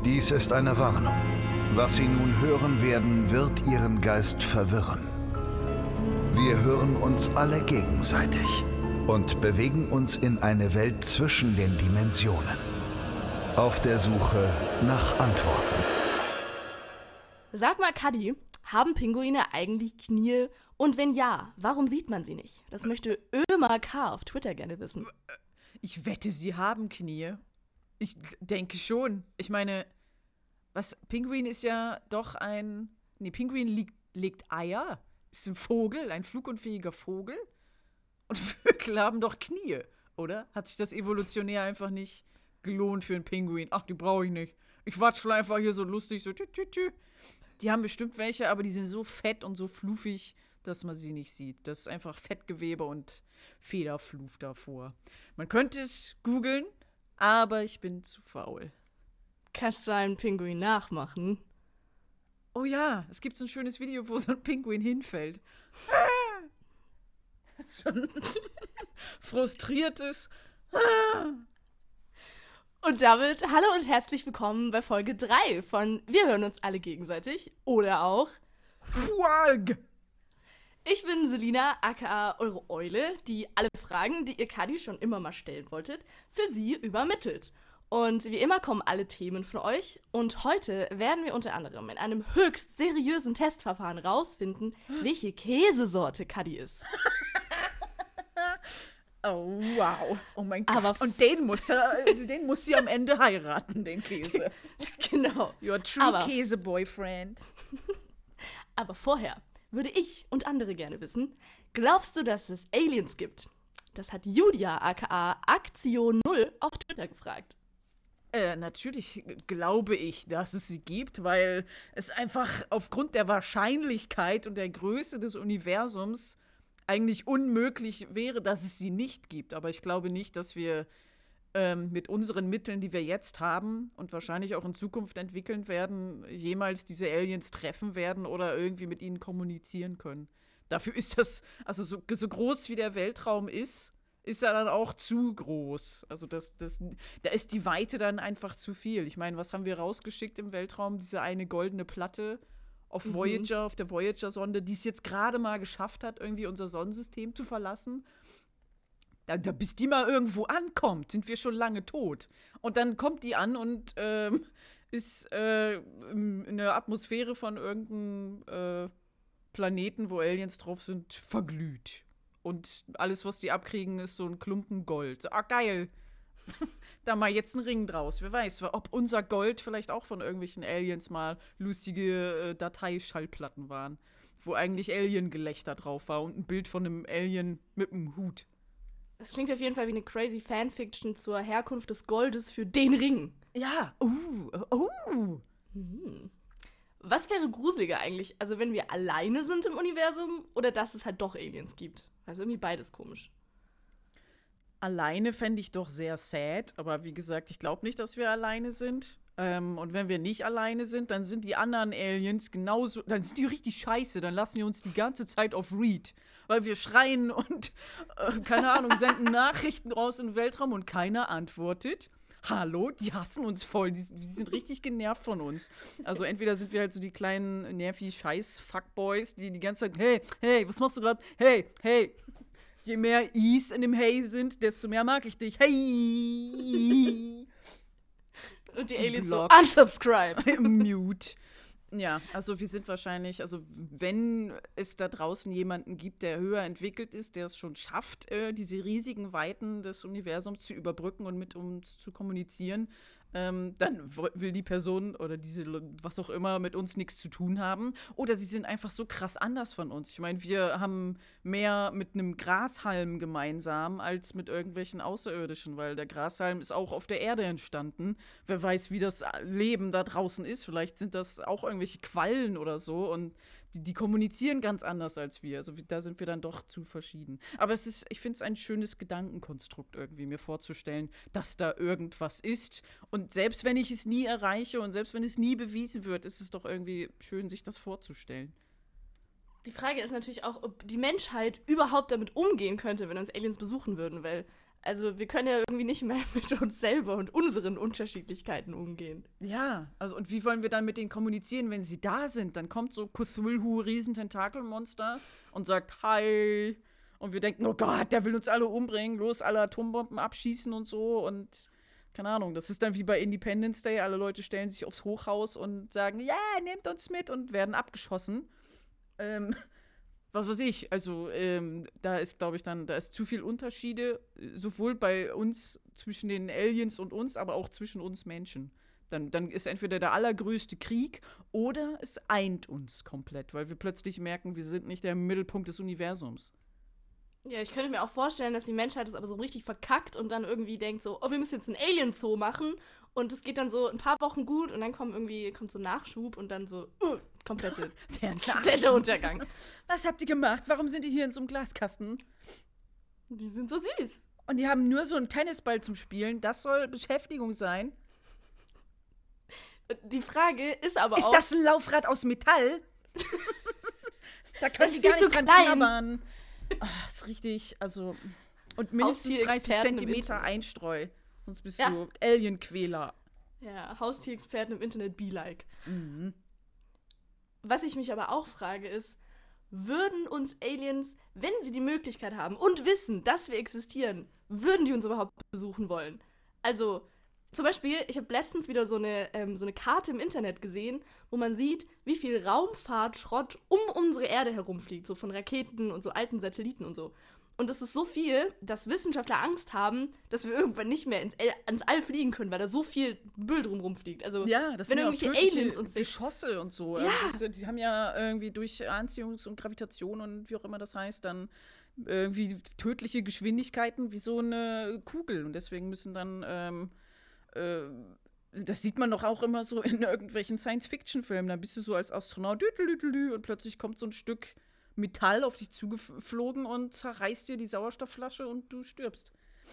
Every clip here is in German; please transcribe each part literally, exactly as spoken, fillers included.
Dies ist eine Warnung. Was Sie nun hören werden, wird Ihren Geist verwirren. Wir hören uns alle gegenseitig und bewegen uns in eine Welt zwischen den Dimensionen. Auf der Suche nach Antworten. Sag mal, Cuddy, haben Pinguine eigentlich Knie? Und wenn ja, warum sieht man sie nicht? Das möchte Ömer K. auf Twitter gerne wissen. Ich wette, sie haben Knie. Ich denke schon. Ich meine, was, Pinguin ist ja doch ein, nee, Pinguin liegt, legt Eier. Ist ein Vogel, ein flugunfähiger Vogel. Und Vögel haben doch Knie, oder? Hat sich das evolutionär einfach nicht gelohnt für einen Pinguin? Ach, die brauche ich nicht. Ich watschel einfach hier so lustig, so tü, tü, tü. Die haben bestimmt welche, aber die sind so fett und so fluffig, dass man sie nicht sieht. Das ist einfach Fettgewebe und Federfluff davor. Man könnte es googeln, aber ich bin zu faul. Kannst du einen Pinguin nachmachen? Oh ja, es gibt so ein schönes Video, wo so ein Pinguin hinfällt. Schon frustriertes. Und damit hallo und herzlich willkommen bei Folge drei von Wir hören uns alle gegenseitig oder auch Quag. Ich bin Selina, aka eure Eule, die alle Fragen, die ihr Cuddy schon immer mal stellen wolltet, für sie übermittelt. Und wie immer kommen alle Themen von euch. Und heute werden wir unter anderem in einem höchst seriösen Testverfahren rausfinden, welche Käsesorte Cuddy ist. Oh, wow. Oh mein Gott. Aber und den muss, er, den muss sie am Ende heiraten, den Käse. Genau. Your true Aber, Käse-Boyfriend. Aber vorher würde ich und andere gerne wissen, glaubst du, dass es Aliens gibt? Das hat Julia, aka Aktion null, auf Twitter gefragt. Äh, natürlich glaube ich, dass es sie gibt, weil es einfach aufgrund der Wahrscheinlichkeit und der Größe des Universums eigentlich unmöglich wäre, dass es sie nicht gibt. Aber ich glaube nicht, dass wir ähm, mit unseren Mitteln, die wir jetzt haben und wahrscheinlich auch in Zukunft entwickeln werden, jemals diese Aliens treffen werden oder irgendwie mit ihnen kommunizieren können. Dafür ist das, also so, so groß wie der Weltraum ist, ist er dann auch zu groß. Also das, das, da ist die Weite dann einfach zu viel. Ich meine, was haben wir rausgeschickt im Weltraum? Diese eine goldene Platte auf Voyager, mhm. auf der Voyager-Sonde, die es jetzt gerade mal geschafft hat, irgendwie unser Sonnensystem zu verlassen. Da, da, bis die mal irgendwo ankommt, sind wir schon lange tot. Und dann kommt die an und ähm, ist äh, in der Atmosphäre von irgendeinem äh, Planeten, wo Aliens drauf sind, verglüht. Und alles, was die abkriegen, ist so ein Klumpen Gold. Ah, geil. Da mal jetzt ein Ring draus. Wer weiß, ob unser Gold vielleicht auch von irgendwelchen Aliens mal lustige äh, Dateischallplatten waren. Wo eigentlich Alien-Gelächter drauf war und ein Bild von einem Alien mit einem Hut. Das klingt auf jeden Fall wie eine crazy Fanfiction zur Herkunft des Goldes für den Ring. Ja. Uh, uh. Mhm. Was wäre gruseliger eigentlich? Also wenn wir alleine sind im Universum oder dass es halt doch Aliens gibt? Also irgendwie beides komisch. Alleine fände ich doch sehr sad, aber wie gesagt, ich glaube nicht, dass wir alleine sind. Ähm, und wenn wir nicht alleine sind, dann sind die anderen Aliens genauso, dann sind die richtig scheiße, dann lassen die uns die ganze Zeit auf Read. Weil wir schreien und, äh, keine Ahnung, senden Nachrichten raus in den Weltraum und keiner antwortet. Hallo, die hassen uns voll, die, die sind richtig genervt von uns. Also entweder sind wir halt so die kleinen nervig Scheiß-Fuckboys, die die ganze Zeit, hey, hey, was machst du gerade? Hey, hey. Je mehr I's in dem Hey sind, desto mehr mag ich dich. Hey! Und die Aliens Block. so, unsubscribe. Mute. Ja, also wir sind wahrscheinlich, also wenn es da draußen jemanden gibt, der höher entwickelt ist, der es schon schafft, äh, diese riesigen Weiten des Universums zu überbrücken und mit uns zu kommunizieren, ähm, dann will die Person oder diese, was auch immer, mit uns nichts zu tun haben. Oder sie sind einfach so krass anders von uns. Ich meine, wir haben mehr mit einem Grashalm gemeinsam als mit irgendwelchen Außerirdischen, weil der Grashalm ist auch auf der Erde entstanden. Wer weiß, wie das Leben da draußen ist. Vielleicht sind das auch irgendwelche Quallen oder so und die, die kommunizieren ganz anders als wir. Also da sind wir dann doch zu verschieden. Aber es ist, ich finde es ein schönes Gedankenkonstrukt irgendwie, mir vorzustellen, dass da irgendwas ist. Und selbst wenn ich es nie erreiche und selbst wenn es nie bewiesen wird, ist es doch irgendwie schön, sich das vorzustellen. Die Frage ist natürlich auch, ob die Menschheit überhaupt damit umgehen könnte, wenn uns Aliens besuchen würden, weil Also wir können ja irgendwie nicht mehr mit uns selber und unseren Unterschiedlichkeiten umgehen. Ja, also und wie wollen wir dann mit denen kommunizieren, wenn sie da sind? Dann kommt so Cthulhu, Riesententakelmonster und sagt Hi. Und wir denken, oh Gott, der will uns alle umbringen, los, alle Atombomben abschießen und so. Und keine Ahnung, das ist dann wie bei Independence Day. Alle Leute stellen sich aufs Hochhaus und sagen, ja, nehmt uns mit und werden abgeschossen. Ähm, was weiß ich, also ähm, da ist, glaube ich, dann, da ist zu viel Unterschiede, sowohl bei uns, zwischen den Aliens und uns, aber auch zwischen uns Menschen. Dann, dann ist entweder der allergrößte Krieg oder es eint uns komplett, weil wir plötzlich merken, wir sind nicht der Mittelpunkt des Universums. Ja, ich könnte mir auch vorstellen, dass die Menschheit es aber so richtig verkackt und dann irgendwie denkt so, oh, wir müssen jetzt einen Alien-Zoo machen und es geht dann so ein paar Wochen gut und dann kommt irgendwie, kommt so Nachschub und dann so, uh, komplette, Der kompletter Untergang. Was habt ihr gemacht? Warum sind die hier in so einem Glaskasten? Die sind so süß. Und die haben nur so einen Tennisball zum Spielen. Das soll Beschäftigung sein. Die Frage ist aber Ist auch... das ein Laufrad aus Metall? Da können Das die ist gar viel nicht zu dran klein. knabbern. Ah, ist richtig, also... Und mindestens dreißig Haustierexperten im Zentimeter Internet. Einstreu. Sonst bist Ja. du Alienquäler. Ja, Haustierexperten im Internet be like. Mhm. Was ich mich aber auch frage ist, würden uns Aliens, wenn sie die Möglichkeit haben und wissen, dass wir existieren, würden die uns überhaupt besuchen wollen? Also, zum Beispiel, ich habe letztens wieder so eine, ähm, so eine Karte im Internet gesehen, wo man sieht, wie viel Raumfahrtschrott um unsere Erde herumfliegt, so von Raketen und so alten Satelliten und so. Und das ist so viel, dass Wissenschaftler Angst haben, dass wir irgendwann nicht mehr ins, El- ans All fliegen können, weil da so viel Müll drum rumfliegt. Also, Ja, das wenn sind ja auch irgendwelche tödliche Aliens uns sehen. Geschosse und so. Ja. Also das, die haben ja irgendwie durch Anziehungs- und Gravitation und wie auch immer das heißt, dann irgendwie tödliche Geschwindigkeiten wie so eine Kugel. Und deswegen müssen dann, ähm, äh, das sieht man doch auch immer so in irgendwelchen Science-Fiction-Filmen. Da bist du so als Astronaut düdelüdelü, und plötzlich kommt so ein Stück Metall auf dich zugeflogen und zerreißt dir die Sauerstoffflasche und du stirbst.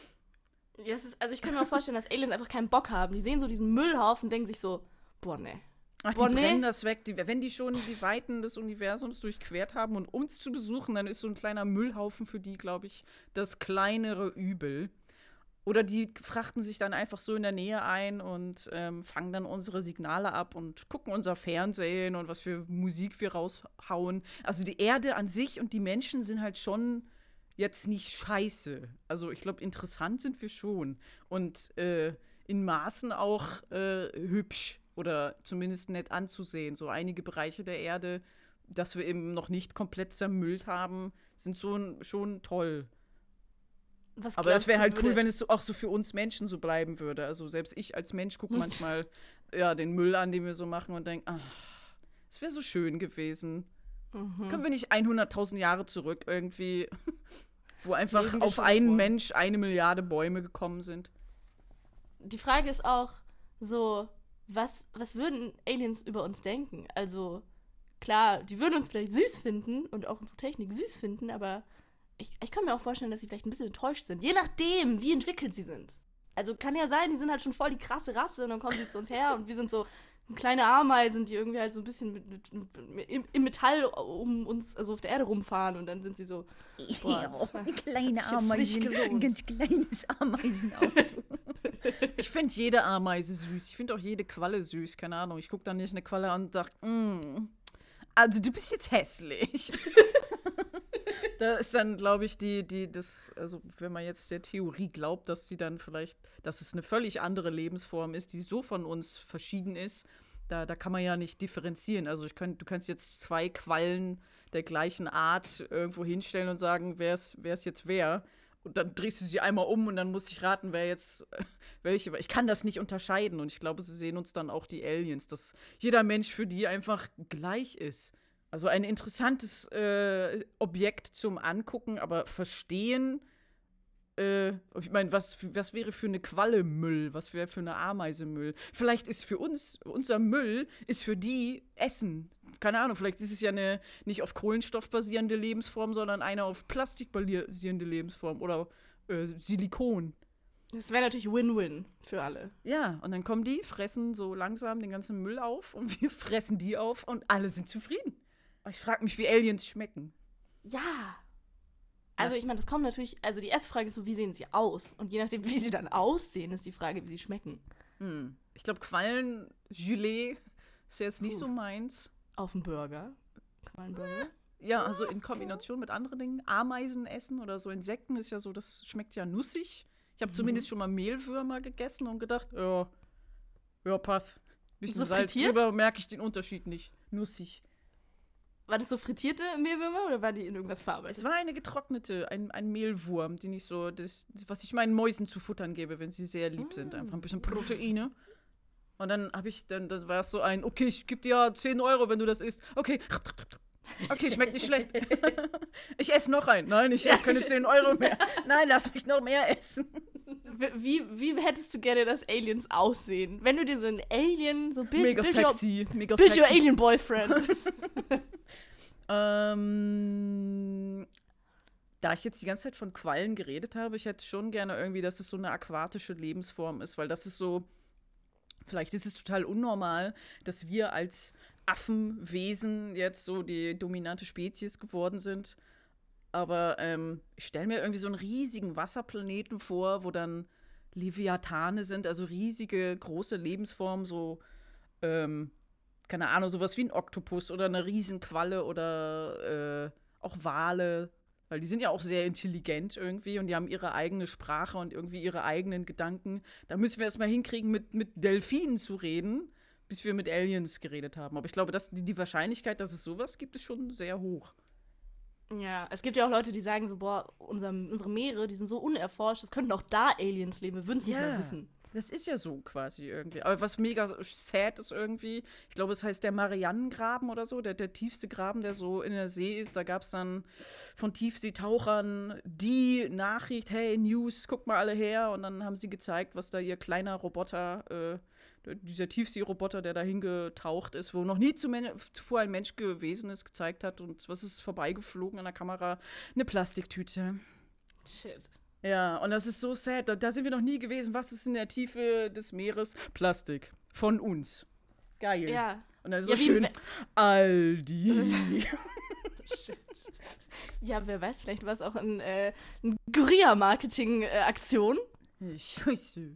Ja, es ist, also ich kann mir auch vorstellen, dass Aliens einfach keinen Bock haben. Die sehen so diesen Müllhaufen und denken sich so, boah, ne. Ach, Boah, die nee. brennen das weg. Die, wenn die schon die Weiten des Universums durchquert haben und uns zu besuchen, dann ist so ein kleiner Müllhaufen für die, glaube ich, das kleinere Übel. Oder die frachten sich dann einfach so in der Nähe ein und ähm, fangen dann unsere Signale ab und gucken unser Fernsehen und was für Musik wir raushauen. Also die Erde an sich und die Menschen sind halt schon jetzt nicht scheiße. Also ich glaube, interessant sind wir schon. Und äh, in Maßen auch äh, hübsch oder zumindest nett anzusehen. So einige Bereiche der Erde, dass wir eben noch nicht komplett zermüllt haben, sind so, schon toll. Was Aber das wäre glaubst halt du, cool, würde- wenn es so, auch so für uns Menschen so bleiben würde. Also selbst ich als Mensch gucke manchmal ja, den Müll an, den wir so machen und denke, ach, es wäre so schön gewesen. Mhm. Können wir nicht hunderttausend Jahre zurück irgendwie, wo einfach Leben wir auf schon einen vor. Mensch eine Milliarde Bäume gekommen sind? Die Frage ist auch so, was, was würden Aliens über uns denken? Also, klar, die würden uns vielleicht süß finden und auch unsere Technik süß finden, aber ich, ich kann mir auch vorstellen, dass sie vielleicht ein bisschen enttäuscht sind. Je nachdem, wie entwickelt sie sind. Also kann ja sein, die sind halt schon voll die krasse Rasse und dann kommen sie zu uns her und wir sind so kleine Ameisen, die irgendwie halt so ein bisschen mit, mit, mit, im, im Metall um uns, also auf der Erde rumfahren und dann sind sie so, boah, das war- kleine hat sich jetzt nicht gelohnt. ganz kleines Ameisenauto. Ich finde jede Ameise süß. Ich finde auch jede Qualle süß. Keine Ahnung. Ich gucke dann nicht eine Qualle an und sage, mm, also du bist jetzt hässlich. Da ist dann, glaube ich, die, die, das, also wenn man jetzt der Theorie glaubt, dass sie dann vielleicht, dass es eine völlig andere Lebensform ist, die so von uns verschieden ist, da, da kann man ja nicht differenzieren. Also ich könnt, du kannst jetzt zwei Quallen der gleichen Art irgendwo hinstellen und sagen, wer es jetzt wer. Und dann drehst du sie einmal um und dann muss ich raten, wer jetzt äh, welche. Ich kann das nicht unterscheiden und ich glaube, sie sehen uns dann auch die Aliens, dass jeder Mensch für die einfach gleich ist. Also ein interessantes äh, Objekt zum Angucken, aber verstehen, äh, ich meine, was, was wäre für eine Qualle Müll? Was wäre für eine Ameise Müll? Vielleicht ist für uns, unser Müll ist für die Essen. Keine Ahnung, vielleicht ist es ja eine nicht auf Kohlenstoff basierende Lebensform, sondern eine auf Plastik basierende Lebensform oder äh, Silikon. das wäre natürlich Win-Win für alle. Ja, und dann kommen die, fressen so langsam den ganzen Müll auf und wir fressen die auf und alle sind zufrieden. Aber ich frage mich, wie Aliens schmecken. Ja. Also ich meine, das kommt natürlich, also die erste Frage ist so, wie sehen sie aus? Und je nachdem, wie sie dann aussehen, ist die Frage, wie sie schmecken. Hm. Ich glaube, Quallengelee ist jetzt nicht Puh. so meins. Auf dem Burger. Quallenburger. Ja, also in Kombination mit anderen Dingen. Ameisen essen oder so Insekten ist ja so, das schmeckt ja nussig. Ich habe Mhm. zumindest schon mal Mehlwürmer gegessen und gedacht, ja, ja, passt. Bisschen So Salz frittiert? drüber, merke ich den Unterschied nicht. Nussig. War das so frittierte Mehlwürmer oder war die in irgendwas verarbeitet? Es war eine getrocknete, ein, ein Mehlwurm, den ich so, das, was ich meinen Mäusen zu futtern gebe, wenn sie sehr lieb sind. Einfach ein bisschen Proteine. Und dann habe ich, dann, dann war es so ein, okay, ich gebe dir ja zehn Euro, wenn du das isst. Okay, okay, schmeckt nicht schlecht. Ich esse noch einen. Nein, ich habe keine zehn Euro mehr. Nein, lass mich noch mehr essen. Wie, wie hättest du gerne, dass Aliens aussehen? Wenn du dir so ein Alien, so Bild, Mega Bild sexy, mega Your, Bild Your sexy. Alien Boyfriend. Ähm, da ich jetzt die ganze Zeit von Quallen geredet habe, ich hätte schon gerne irgendwie, dass es so eine aquatische Lebensform ist, weil das ist so, vielleicht ist es total unnormal, dass wir als Affenwesen jetzt so die dominante Spezies geworden sind. Aber ähm, ich stelle mir irgendwie so einen riesigen Wasserplaneten vor, wo dann Leviathane sind, also riesige, große Lebensformen, so, ähm, keine Ahnung, sowas wie ein Oktopus oder eine Riesenqualle oder äh, auch Wale. Weil die sind ja auch sehr intelligent irgendwie und die haben ihre eigene Sprache und irgendwie ihre eigenen Gedanken. Da müssen wir erstmal hinkriegen, mit, mit Delfinen zu reden, bis wir mit Aliens geredet haben. Aber ich glaube, dass die, die Wahrscheinlichkeit, dass es sowas gibt, ist schon sehr hoch. Ja, es gibt ja auch Leute, die sagen so, boah, unser, unsere Meere, die sind so unerforscht, es könnten auch da Aliens leben, wir würden es nicht Ja. mehr wissen. Das ist ja so quasi irgendwie. Aber was mega sad ist irgendwie, ich glaube, es heißt der Marianengraben oder so, der, der tiefste Graben, der so in der See ist. Da gab es dann von Tiefseetauchern die Nachricht, hey, News, guckt mal alle her. Und dann haben sie gezeigt, was da ihr kleiner Roboter, äh, dieser Tiefseeroboter, der da hingetaucht ist, wo noch nie zuvor ein Mensch gewesen ist, gezeigt hat. Und was ist vorbeigeflogen an der Kamera? Eine Plastiktüte. Shit. Ja, und das ist so sad. Da, da sind wir noch nie gewesen. Was ist in der Tiefe des Meeres? Plastik. Von uns. Geil. Ja. Und dann so Ja, wie schön we- Aldi. Shit. Ja, wer weiß, vielleicht war es auch ein, äh, eine Guerilla-Marketing-Aktion. Scheiße.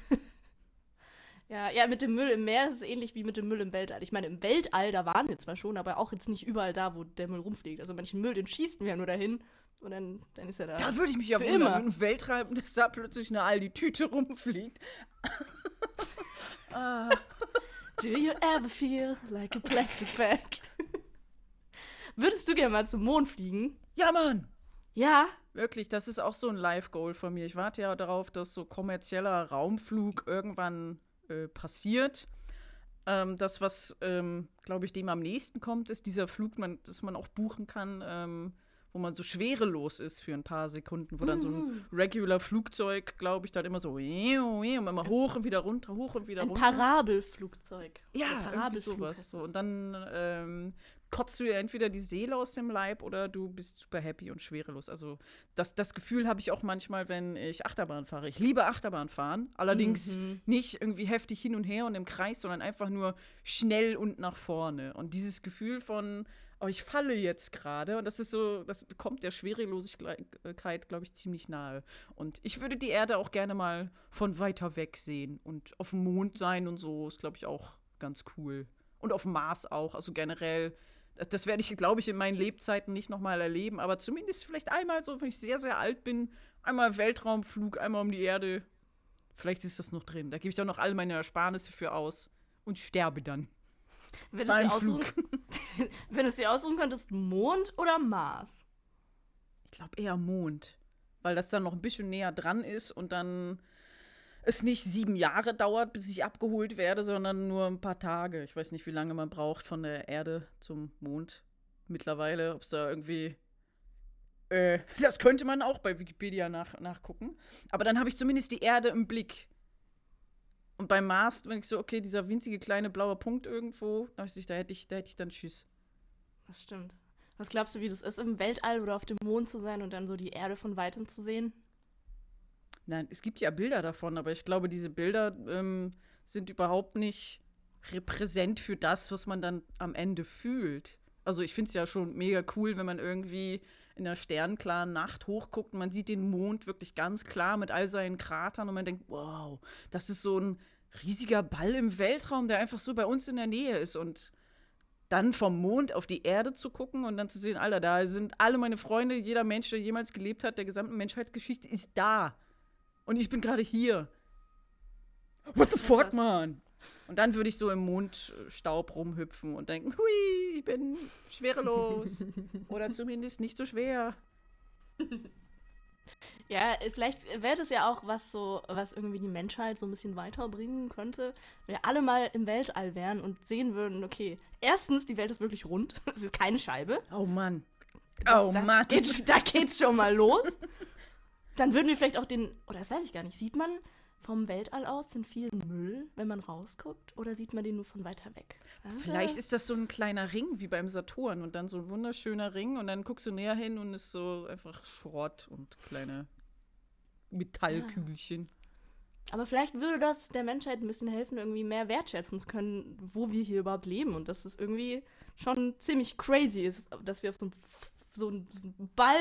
Ja, ja, mit dem Müll im Meer ist es ähnlich wie mit dem Müll im Weltall. Ich meine, im Weltall, da waren wir zwar schon, aber auch jetzt nicht überall da, wo der Müll rumfliegt. Also manchen Müll, den schießen wir ja nur dahin und dann, dann ist er da. Da würde ich mich ja Für wundern, immer. wenn im Weltraum, dass da plötzlich eine Aldi-Tüte rumfliegt. ah. Do you ever feel like a plastic bag? Würdest du gerne mal zum Mond fliegen? Ja, Mann. Ja. Wirklich, das ist auch so ein Live-Goal von mir. Ich warte ja darauf, dass so kommerzieller Raumflug irgendwann äh, passiert. Ähm, das, was, ähm, glaube ich, dem am nächsten kommt, ist dieser Flug, man, dass man auch buchen kann, ähm, wo man so schwerelos ist für ein paar Sekunden, wo dann so ein regular Flugzeug, glaube ich, dann immer so und immer hoch und wieder runter, hoch und wieder Ein runter. Parabelflugzeug. Ja, Ein irgendwie Parabelflug sowas. heißt So. das. Und dann ähm, kotzt du dir entweder die Seele aus dem Leib oder du bist super happy und schwerelos. Also das, das Gefühl habe ich auch manchmal, wenn ich Achterbahn fahre. Ich liebe Achterbahn fahren, allerdings Mhm. nicht irgendwie heftig hin und her und im Kreis, sondern einfach nur schnell und nach vorne. Und dieses Gefühl von, oh, ich falle jetzt gerade. Und das ist so, das kommt der Schwerelosigkeit, glaube ich, ziemlich nahe. Und ich würde die Erde auch gerne mal von weiter weg sehen und auf dem Mond sein und so. Ist, glaube ich, auch ganz cool. Und auf dem Mars auch. Also generell, das, das werde ich, glaube ich, in meinen Lebzeiten nicht nochmal erleben. Aber zumindest vielleicht einmal so, wenn ich sehr, sehr alt bin, einmal Weltraumflug, einmal um die Erde. Vielleicht ist das noch drin. Da gebe ich dann noch all meine Ersparnisse für aus und sterbe dann. Wenn du es Beim dir aussuchen, wenn du es dir aussuchen könntest, Mond oder Mars? Ich glaube eher Mond. Weil das dann noch ein bisschen näher dran ist und dann es nicht sieben Jahre dauert, bis ich abgeholt werde, sondern nur ein paar Tage. Ich weiß nicht, wie lange man braucht von der Erde zum Mond mittlerweile. Ob es da irgendwie äh, das könnte man auch bei Wikipedia nach, nachgucken. Aber dann habe ich zumindest die Erde im Blick. Und beim Mars, wenn ich so, okay, dieser winzige kleine blaue Punkt irgendwo, da, ich, da, hätte ich, da hätte ich dann Schiss. Das stimmt. Was glaubst du, wie das ist, im Weltall oder auf dem Mond zu sein und dann so die Erde von Weitem zu sehen? Nein, es gibt ja Bilder davon, aber ich glaube, diese Bilder ähm, sind überhaupt nicht repräsent für das, was man dann am Ende fühlt. Also ich finde es ja schon mega cool, wenn man irgendwie in der sternklaren Nacht hochguckt und man sieht den Mond wirklich ganz klar mit all seinen Kratern und man denkt, wow, das ist so ein riesiger Ball im Weltraum, der einfach so bei uns in der Nähe ist. Und dann vom Mond auf die Erde zu gucken und dann zu sehen, Alter, da sind alle meine Freunde, jeder Mensch, der jemals gelebt hat, der gesamten Menschheitsgeschichte ist da. Und ich bin gerade hier. What the fuck, man? Und dann würde ich so im Mondstaub rumhüpfen und denken, hui, ich bin schwerelos. Oder zumindest nicht so schwer. Ja, vielleicht wäre das ja auch was so, was irgendwie die Menschheit so ein bisschen weiterbringen könnte, wenn wir alle mal im Weltall wären und sehen würden, okay, erstens, die Welt ist wirklich rund, es ist keine Scheibe. Oh Mann. Das, oh da Mann. Geht, da geht's schon mal los. Dann würden wir vielleicht auch den, oder das weiß ich gar nicht, sieht man vom Weltall aus den vielen Müll, wenn man rausguckt, oder sieht man den nur von weiter weg? Also, Vielleicht ist das so ein kleiner Ring wie beim Saturn und dann so ein wunderschöner Ring und dann guckst du näher hin und ist so einfach Schrott und kleine Metallkügelchen. Aber vielleicht würde das der Menschheit ein bisschen helfen, irgendwie mehr wertschätzen zu können, wo wir hier überhaupt leben und dass es irgendwie schon ziemlich crazy ist, dass wir auf so einem, so einem Ball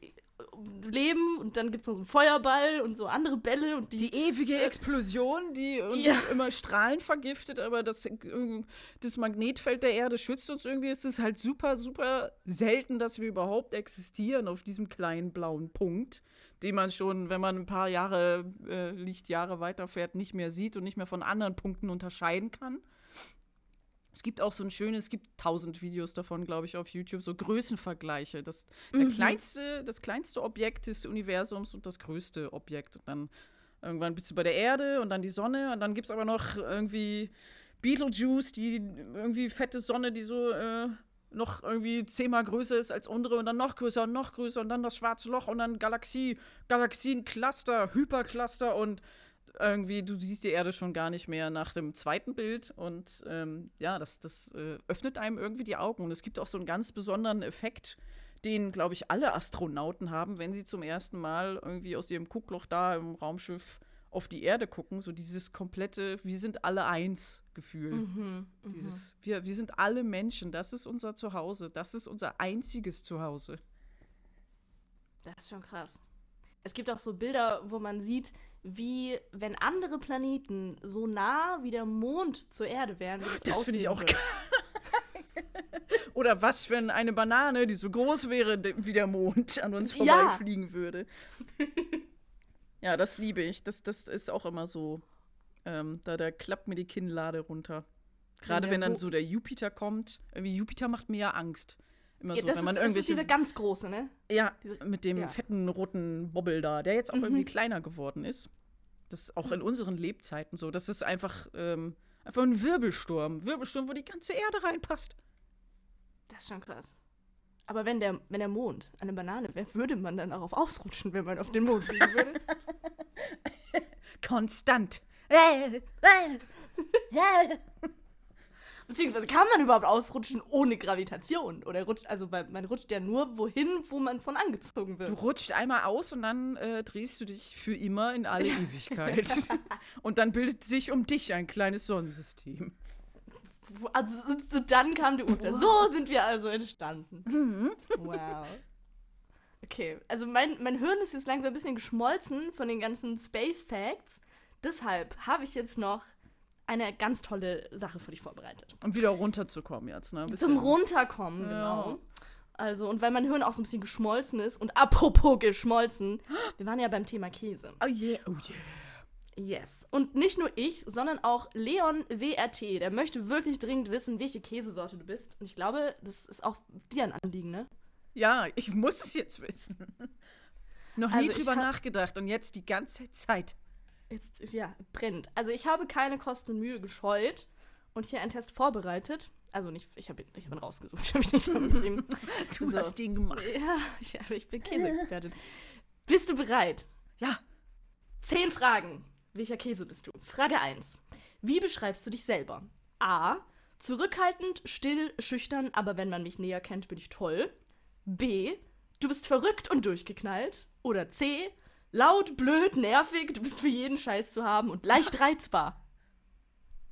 leben und dann gibt es noch so einen Feuerball und so andere Bälle und die, Die ewige Explosion, die uns Ja. immer Strahlen vergiftet, aber das, äh, das Magnetfeld der Erde schützt uns irgendwie. Es ist halt super, super selten, dass wir überhaupt existieren auf diesem kleinen blauen Punkt, den man schon, wenn man ein paar Jahre, äh, Lichtjahre weiterfährt, nicht mehr sieht und nicht mehr von anderen Punkten unterscheiden kann. Es gibt auch so ein schönes, es gibt tausend Videos davon, glaube ich, auf YouTube, so Größenvergleiche. Das, der Mhm. kleinste, das kleinste Objekt des Universums und das größte Objekt. Und dann irgendwann bist du bei der Erde und dann die Sonne und dann gibt es aber noch irgendwie Betelgeuse, die irgendwie fette Sonne, die so äh, noch irgendwie zehnmal größer ist als unsere und dann noch größer und noch größer und dann das schwarze Loch und dann Galaxie, Galaxiencluster, Hypercluster und irgendwie, du siehst die Erde schon gar nicht mehr nach dem zweiten Bild und ähm, ja, das, das äh, öffnet einem irgendwie die Augen und es gibt auch so einen ganz besonderen Effekt, den, glaube ich, alle Astronauten haben, wenn sie zum ersten Mal irgendwie aus ihrem Guckloch da im Raumschiff auf die Erde gucken, so dieses komplette, wir sind alle eins Gefühl. Mhm, mhm. Dieses, wir, wir sind alle Menschen, das ist unser Zuhause, das ist unser einziges Zuhause. Das ist schon krass. Es gibt auch so Bilder, wo man sieht, wie, wenn andere Planeten so nah wie der Mond zur Erde wären. wie Das finde ich aussehen auch würde. Oder was, wenn eine Banane, die so groß wäre de- wie der Mond, an uns Ja. vorbeifliegen würde. Ja, das liebe ich. Das, das ist auch immer so. Ähm, da, da klappt mir die Kinnlade runter. Gerade der wenn dann Mo- so der Jupiter kommt. Irgendwie Jupiter macht mir ja Angst. Immer Ja, so, das, wenn man ist, das ist irgendwelche. dieser ganz große, ne? Ja, diese- mit dem ja. fetten roten Bobbel da, der jetzt auch Mhm. irgendwie kleiner geworden ist. Das ist auch in unseren Lebzeiten so. Das ist einfach, ähm, einfach ein Wirbelsturm. Wirbelsturm, wo die ganze Erde reinpasst. Das ist schon krass. Aber wenn der, wenn der Mond eine Banane wäre, würde man dann darauf ausrutschen, wenn man auf den Mond fliegen würde? Konstant. Beziehungsweise kann man überhaupt ausrutschen ohne Gravitation? Oder rutscht, also weil man rutscht ja nur wohin, wo man von angezogen Du wird. rutscht einmal aus und dann äh, drehst du dich für immer in alle Ewigkeit. Und dann bildet sich um dich ein kleines Sonnensystem. Also so, so dann kam die Urknall. So sind wir also entstanden. Wow. Okay, also mein, mein Hirn ist jetzt langsam ein bisschen geschmolzen von den ganzen Space Facts. Deshalb habe ich jetzt noch eine ganz tolle Sache für dich vorbereitet. Um wieder runterzukommen jetzt, ne? Ein bisschen. Zum Runterkommen, Ja. genau. Also, und weil mein Hirn auch so ein bisschen geschmolzen ist. Und apropos geschmolzen, wir waren ja beim Thema Käse. Oh yeah, oh yeah. Yes. Und nicht nur ich, sondern auch Leon W R T. Der möchte wirklich dringend wissen, welche Käsesorte du bist. Und ich glaube, das ist auch dir ein Anliegen, ne? Ja, ich muss es jetzt wissen. Noch nie Also ich drüber hab- nachgedacht und jetzt die ganze Zeit. Jetzt, ja, brennt. Also ich habe keine Kosten und Mühe gescheut und hier einen Test vorbereitet. Also nicht, ich habe ich hab ihn rausgesucht. Ich habe mich nicht mit ihm. Du So. hast den gemacht. Ja, ich, aber ich bin Käseexpertin. Bist du bereit? Ja. Zehn Fragen. Welcher Käse bist du? Frage eins. Wie beschreibst du dich selber? A. Zurückhaltend, still, schüchtern, aber wenn man mich näher kennt, bin ich toll. B. Du bist verrückt und durchgeknallt. Oder C. Laut, blöd, nervig, du bist für jeden Scheiß zu haben und leicht reizbar.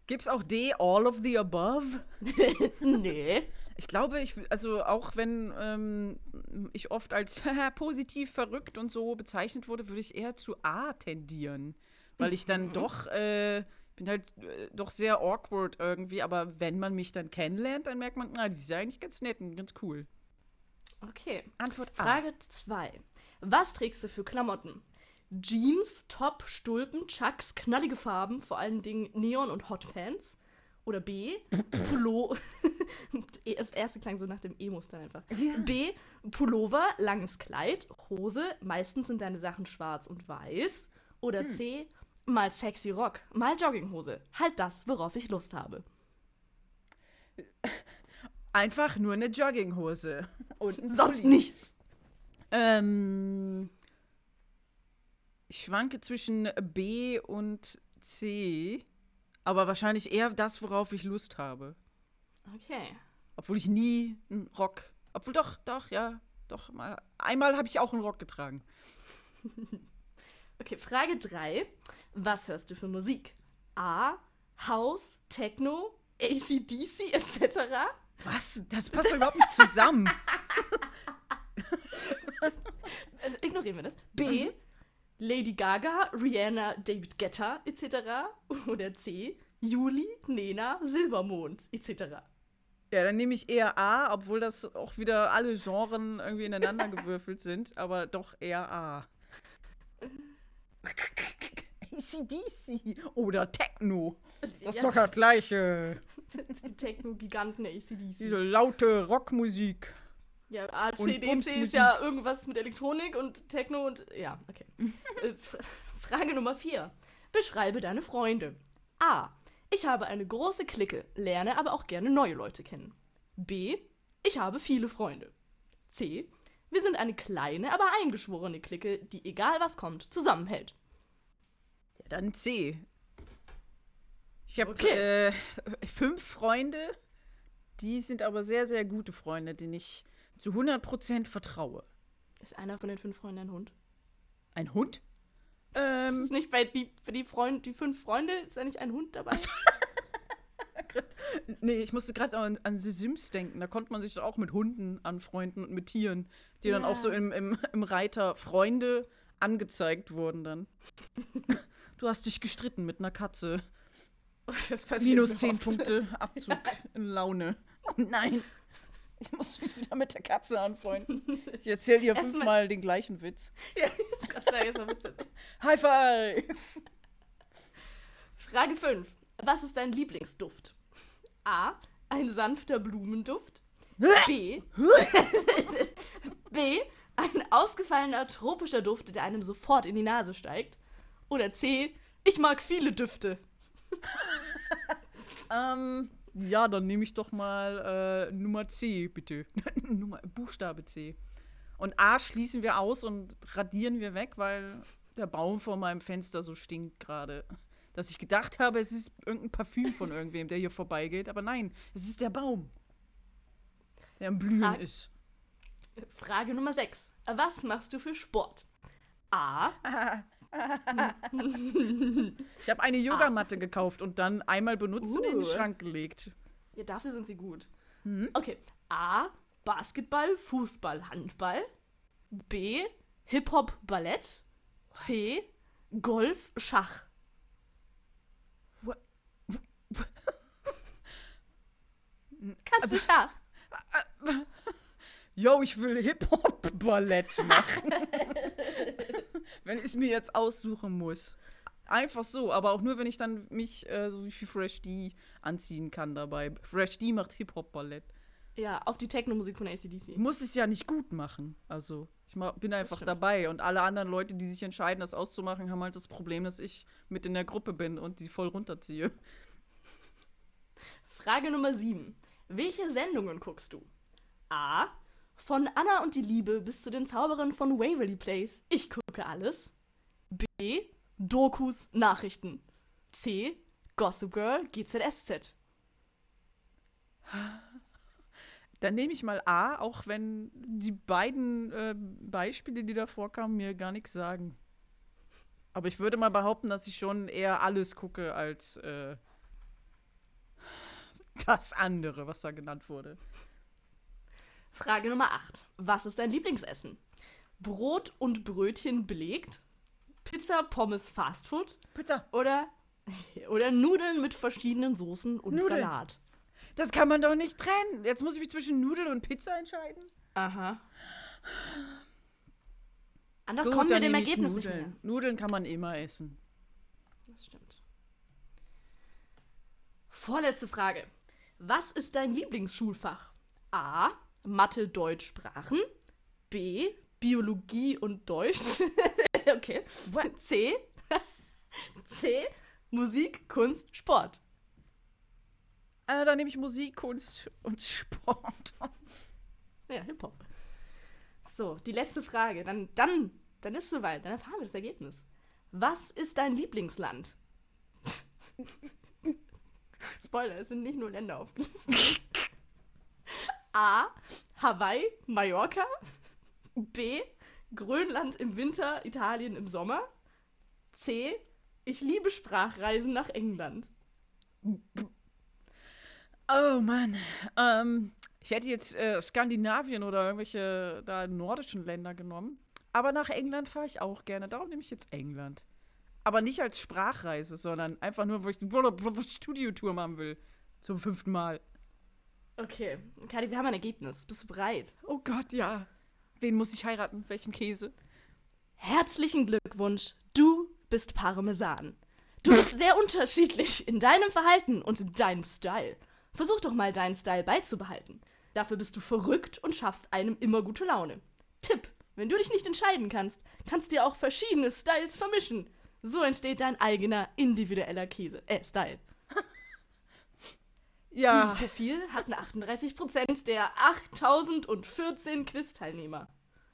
Gibt's auch D, all of the above? Nee. Ich glaube, ich, also auch wenn ähm, ich oft als positiv verrückt und so bezeichnet wurde, würde ich eher zu A tendieren. Weil ich dann doch, äh, bin halt äh, doch sehr awkward irgendwie, aber wenn man mich dann kennenlernt, dann merkt man, na, die ist ja eigentlich ganz nett und ganz cool. Okay. Antwort A. Frage zwei. Was trägst du für Klamotten? Jeans, Top, Stulpen, Chucks, knallige Farben, vor allen Dingen Neon und Hotpants. Oder B, Pullo. Das erste klang so nach dem E-Muster einfach. Ja. B, Pullover, langes Kleid, Hose, meistens sind deine Sachen schwarz und weiß. Oder Hm. C, mal sexy Rock, mal Jogginghose. Halt das, worauf ich Lust habe. Einfach nur eine Jogginghose. Und ein Sonst Pulli. nichts. Ähm, ich schwanke zwischen B und C, aber wahrscheinlich eher das, worauf ich Lust habe. Okay. Obwohl ich nie einen Rock, obwohl doch, doch, ja, doch, mal, einmal habe ich auch einen Rock getragen. Okay, Frage drei. Was hörst du für Musik? A, House, Techno, A C D C et cetera. Was? Das passt doch überhaupt nicht zusammen. Also ignorieren wir das. B, Lady Gaga, Rihanna, David Guetta et cetera. Oder C, Juli, Nena, Silbermond et cetera. Ja, dann nehme ich eher A, obwohl das auch wieder alle Genren irgendwie ineinander gewürfelt sind, aber doch eher A. A C D C oder Techno. Das ist Ja, doch das Gleiche. die Techno-Giganten der A C D C. Diese laute Rockmusik. Ja, A, Und C, D, C Bumsmusik. ist ja irgendwas mit Elektronik und Techno und ja, okay. äh, F- Frage Nummer vier. Beschreibe deine Freunde. A. Ich habe eine große Clique, lerne aber auch gerne neue Leute kennen. B. Ich habe viele Freunde. C. Wir sind eine kleine, aber eingeschworene Clique, die egal was kommt, zusammenhält. Ja, dann C. Ich habe Okay. äh, fünf Freunde, die sind aber sehr, sehr gute Freunde, denen ich zu hundert Prozent vertraue. Ist einer von den fünf Freunden ein Hund? Ein Hund? Ist Ähm, es nicht bei die, für die, Freund, die fünf Freunde, ist da nicht ein Hund dabei? nee, ich musste gerade an, an The Sims denken. Da konnte man sich doch auch mit Hunden anfreunden und mit Tieren, die dann Ja. auch so im, im, im Reiter Freunde angezeigt wurden dann. Du hast dich gestritten mit einer Katze. Oh, das passiert Minus mir zehn oft. Punkte Abzug in Laune. Oh nein, ich muss mich wieder mit der Katze anfreunden. Ich erzähle dir Erstmal- fünfmal den gleichen Witz. Ja, ich muss gerade sagen, jetzt mal witzig. High five! Frage fünf. Was ist dein Lieblingsduft? A. Ein sanfter Blumenduft. B. B. Ein ausgefallener tropischer Duft, der einem sofort in die Nase steigt. Oder C. Ich mag viele Düfte. Ähm, ja, dann nehme ich doch mal äh, Nummer C, bitte. Nummer, Buchstabe C. Und A schließen wir aus und radieren wir weg, weil der Baum vor meinem Fenster so stinkt gerade. Dass ich gedacht habe, es ist irgendein Parfüm von irgendwem, der hier vorbeigeht. Aber nein, es ist der Baum, der am Blühen Frag- ist. Frage Nummer sechs. Was machst du für Sport? A. Ich habe eine Yogamatte gekauft und dann einmal benutzt und in den Uh. Schrank gelegt. Ja, dafür sind sie gut. Mhm. Okay. A. Basketball, Fußball, Handball. B. Hip-Hop, Ballett. C. Golf, Schach. What? Kannst du Schach? Yo, ich will Hip-Hop-Ballett machen. Wenn ich es mir jetzt aussuchen muss. Einfach so, aber auch nur, wenn ich dann mich äh, so wie Fresh D anziehen kann dabei. Fresh D macht Hip-Hop-Ballett. Ja, auf die Techno-Musik von A C D C. Ich muss es ja nicht gut machen. Also, ich ma- bin einfach stimmt. dabei. Und alle anderen Leute, die sich entscheiden, das auszumachen, haben halt das Problem, dass ich mit in der Gruppe bin und die voll runterziehe. Frage Nummer sieben. Welche Sendungen guckst du? A. Von Anna und die Liebe bis zu den Zauberinnen von Waverly Place. Ich gucke alles. B. Dokus, Nachrichten. C. Gossip Girl, G Z S Z. Dann nehme ich mal A, auch wenn die beiden äh, Beispiele, die da vorkamen, mir gar nichts sagen. Aber ich würde mal behaupten, dass ich schon eher alles gucke als äh, das andere, was da genannt wurde. Frage Nummer acht. Was ist dein Lieblingsessen? Brot und Brötchen belegt? Pizza, Pommes, Fastfood? Pizza. Oder, oder Nudeln mit verschiedenen Soßen und Nudeln. Salat? Das kann man doch nicht trennen. Jetzt muss ich mich zwischen Nudeln und Pizza entscheiden. Aha. Anders Gut, kommen wir dann dem nehme ich Ergebnis nicht Nudeln. mehr. Nudeln kann man immer essen. Das stimmt. Vorletzte Frage. Was ist dein Lieblingsschulfach? A. Mathe, Deutsch, Sprachen. B. Biologie und Deutsch. Okay. C. C. Musik, Kunst, Sport. Äh, dann nehme ich Musik, Kunst und Sport. Ja, Hip-Hop. So, die letzte Frage. Dann, dann, dann ist es soweit. Dann erfahren wir das Ergebnis. Was ist dein Lieblingsland? Spoiler, es sind nicht nur Länder aufgelistet. A. Hawaii, Mallorca. B. Grönland im Winter, Italien im Sommer. C. Ich liebe Sprachreisen nach England. Oh Mann. Ähm, ich hätte jetzt äh, Skandinavien oder irgendwelche da nordischen Länder genommen. Aber nach England fahre ich auch gerne. Darum nehme ich jetzt England. Aber nicht als Sprachreise, sondern einfach nur, weil ich eine Studiotour machen will. Zum fünften Mal. Okay, Kadi, wir haben ein Ergebnis. Bist du bereit? Oh Gott, ja. Wen muss ich heiraten? Welchen Käse? Herzlichen Glückwunsch, du bist Parmesan. Du bist sehr unterschiedlich in deinem Verhalten und in deinem Style. Versuch doch mal, deinen Style beizubehalten. Dafür bist du verrückt und schaffst einem immer gute Laune. Tipp, wenn du dich nicht entscheiden kannst, kannst du auch verschiedene Styles vermischen. So entsteht dein eigener individueller Käse, äh, Style. Ja. Dieses Profil hatten achtunddreißig Prozent der achttausendvierzehn Quiz-Teilnehmer.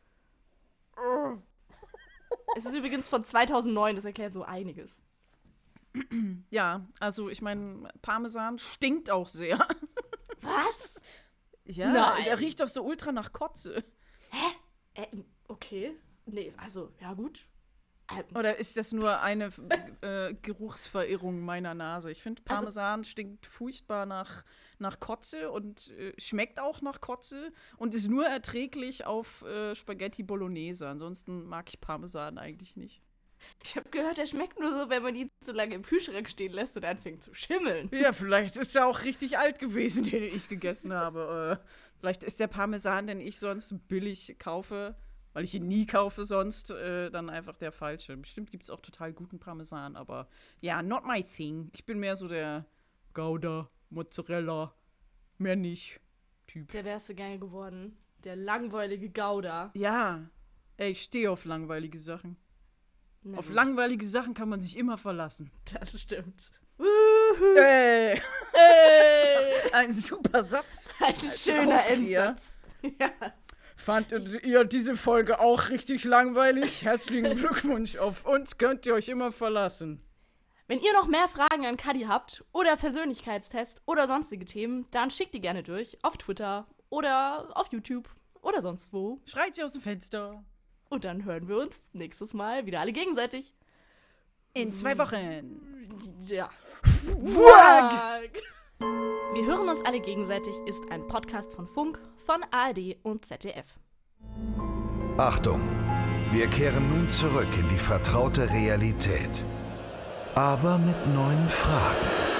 Es ist übrigens von zweitausendneun, das erklärt so einiges. Ja, also ich meine, Parmesan stinkt auch sehr. Was? Ja, Nein. der riecht doch so ultra nach Kotze. Äh, okay. Nee, also, ja gut. Ähm, Oder ist das nur eine äh, Geruchsverirrung meiner Nase? Ich finde, Parmesan also, stinkt furchtbar nach, nach Kotze und äh, schmeckt auch nach Kotze und ist nur erträglich auf äh, Spaghetti Bolognese. Ansonsten mag ich Parmesan eigentlich nicht. Ich habe gehört, der schmeckt nur so, wenn man ihn zu lange im Kühlschrank stehen lässt und anfängt zu schimmeln. Ja, vielleicht ist er auch richtig alt gewesen, den ich gegessen habe. Äh, vielleicht ist der Parmesan, den ich sonst billig kaufe, weil ich ihn nie kaufe sonst, äh, dann einfach der falsche. Bestimmt gibt es auch total guten Parmesan, aber ja, not my thing. Ich bin mehr so der Gouda, Mozzarella, mehr nicht Typ. Der wärst du gerne geworden. Der langweilige Gouda. Ja, ey, ich stehe auf langweilige Sachen. Na Auf gut. langweilige Sachen kann man sich immer verlassen. Das stimmt. Ey, Ey, ein super Satz. ein schöner Ausgehe. Endsatz. Ja. Fandet ihr diese Folge auch richtig langweilig? Herzlichen Glückwunsch. Auf uns könnt ihr euch immer verlassen. Wenn ihr noch mehr Fragen an Kadi habt oder Persönlichkeitstest oder sonstige Themen, dann schickt die gerne durch auf Twitter oder auf YouTube oder sonst wo. Schreit sie aus dem Fenster. Und dann hören wir uns nächstes Mal wieder alle gegenseitig. In zwei Wochen. Ja. Wag! Wir hören uns alle gegenseitig ist ein Podcast von Funk, von A R D und Z D F. Achtung, wir kehren nun zurück in die vertraute Realität. Aber mit neuen Fragen.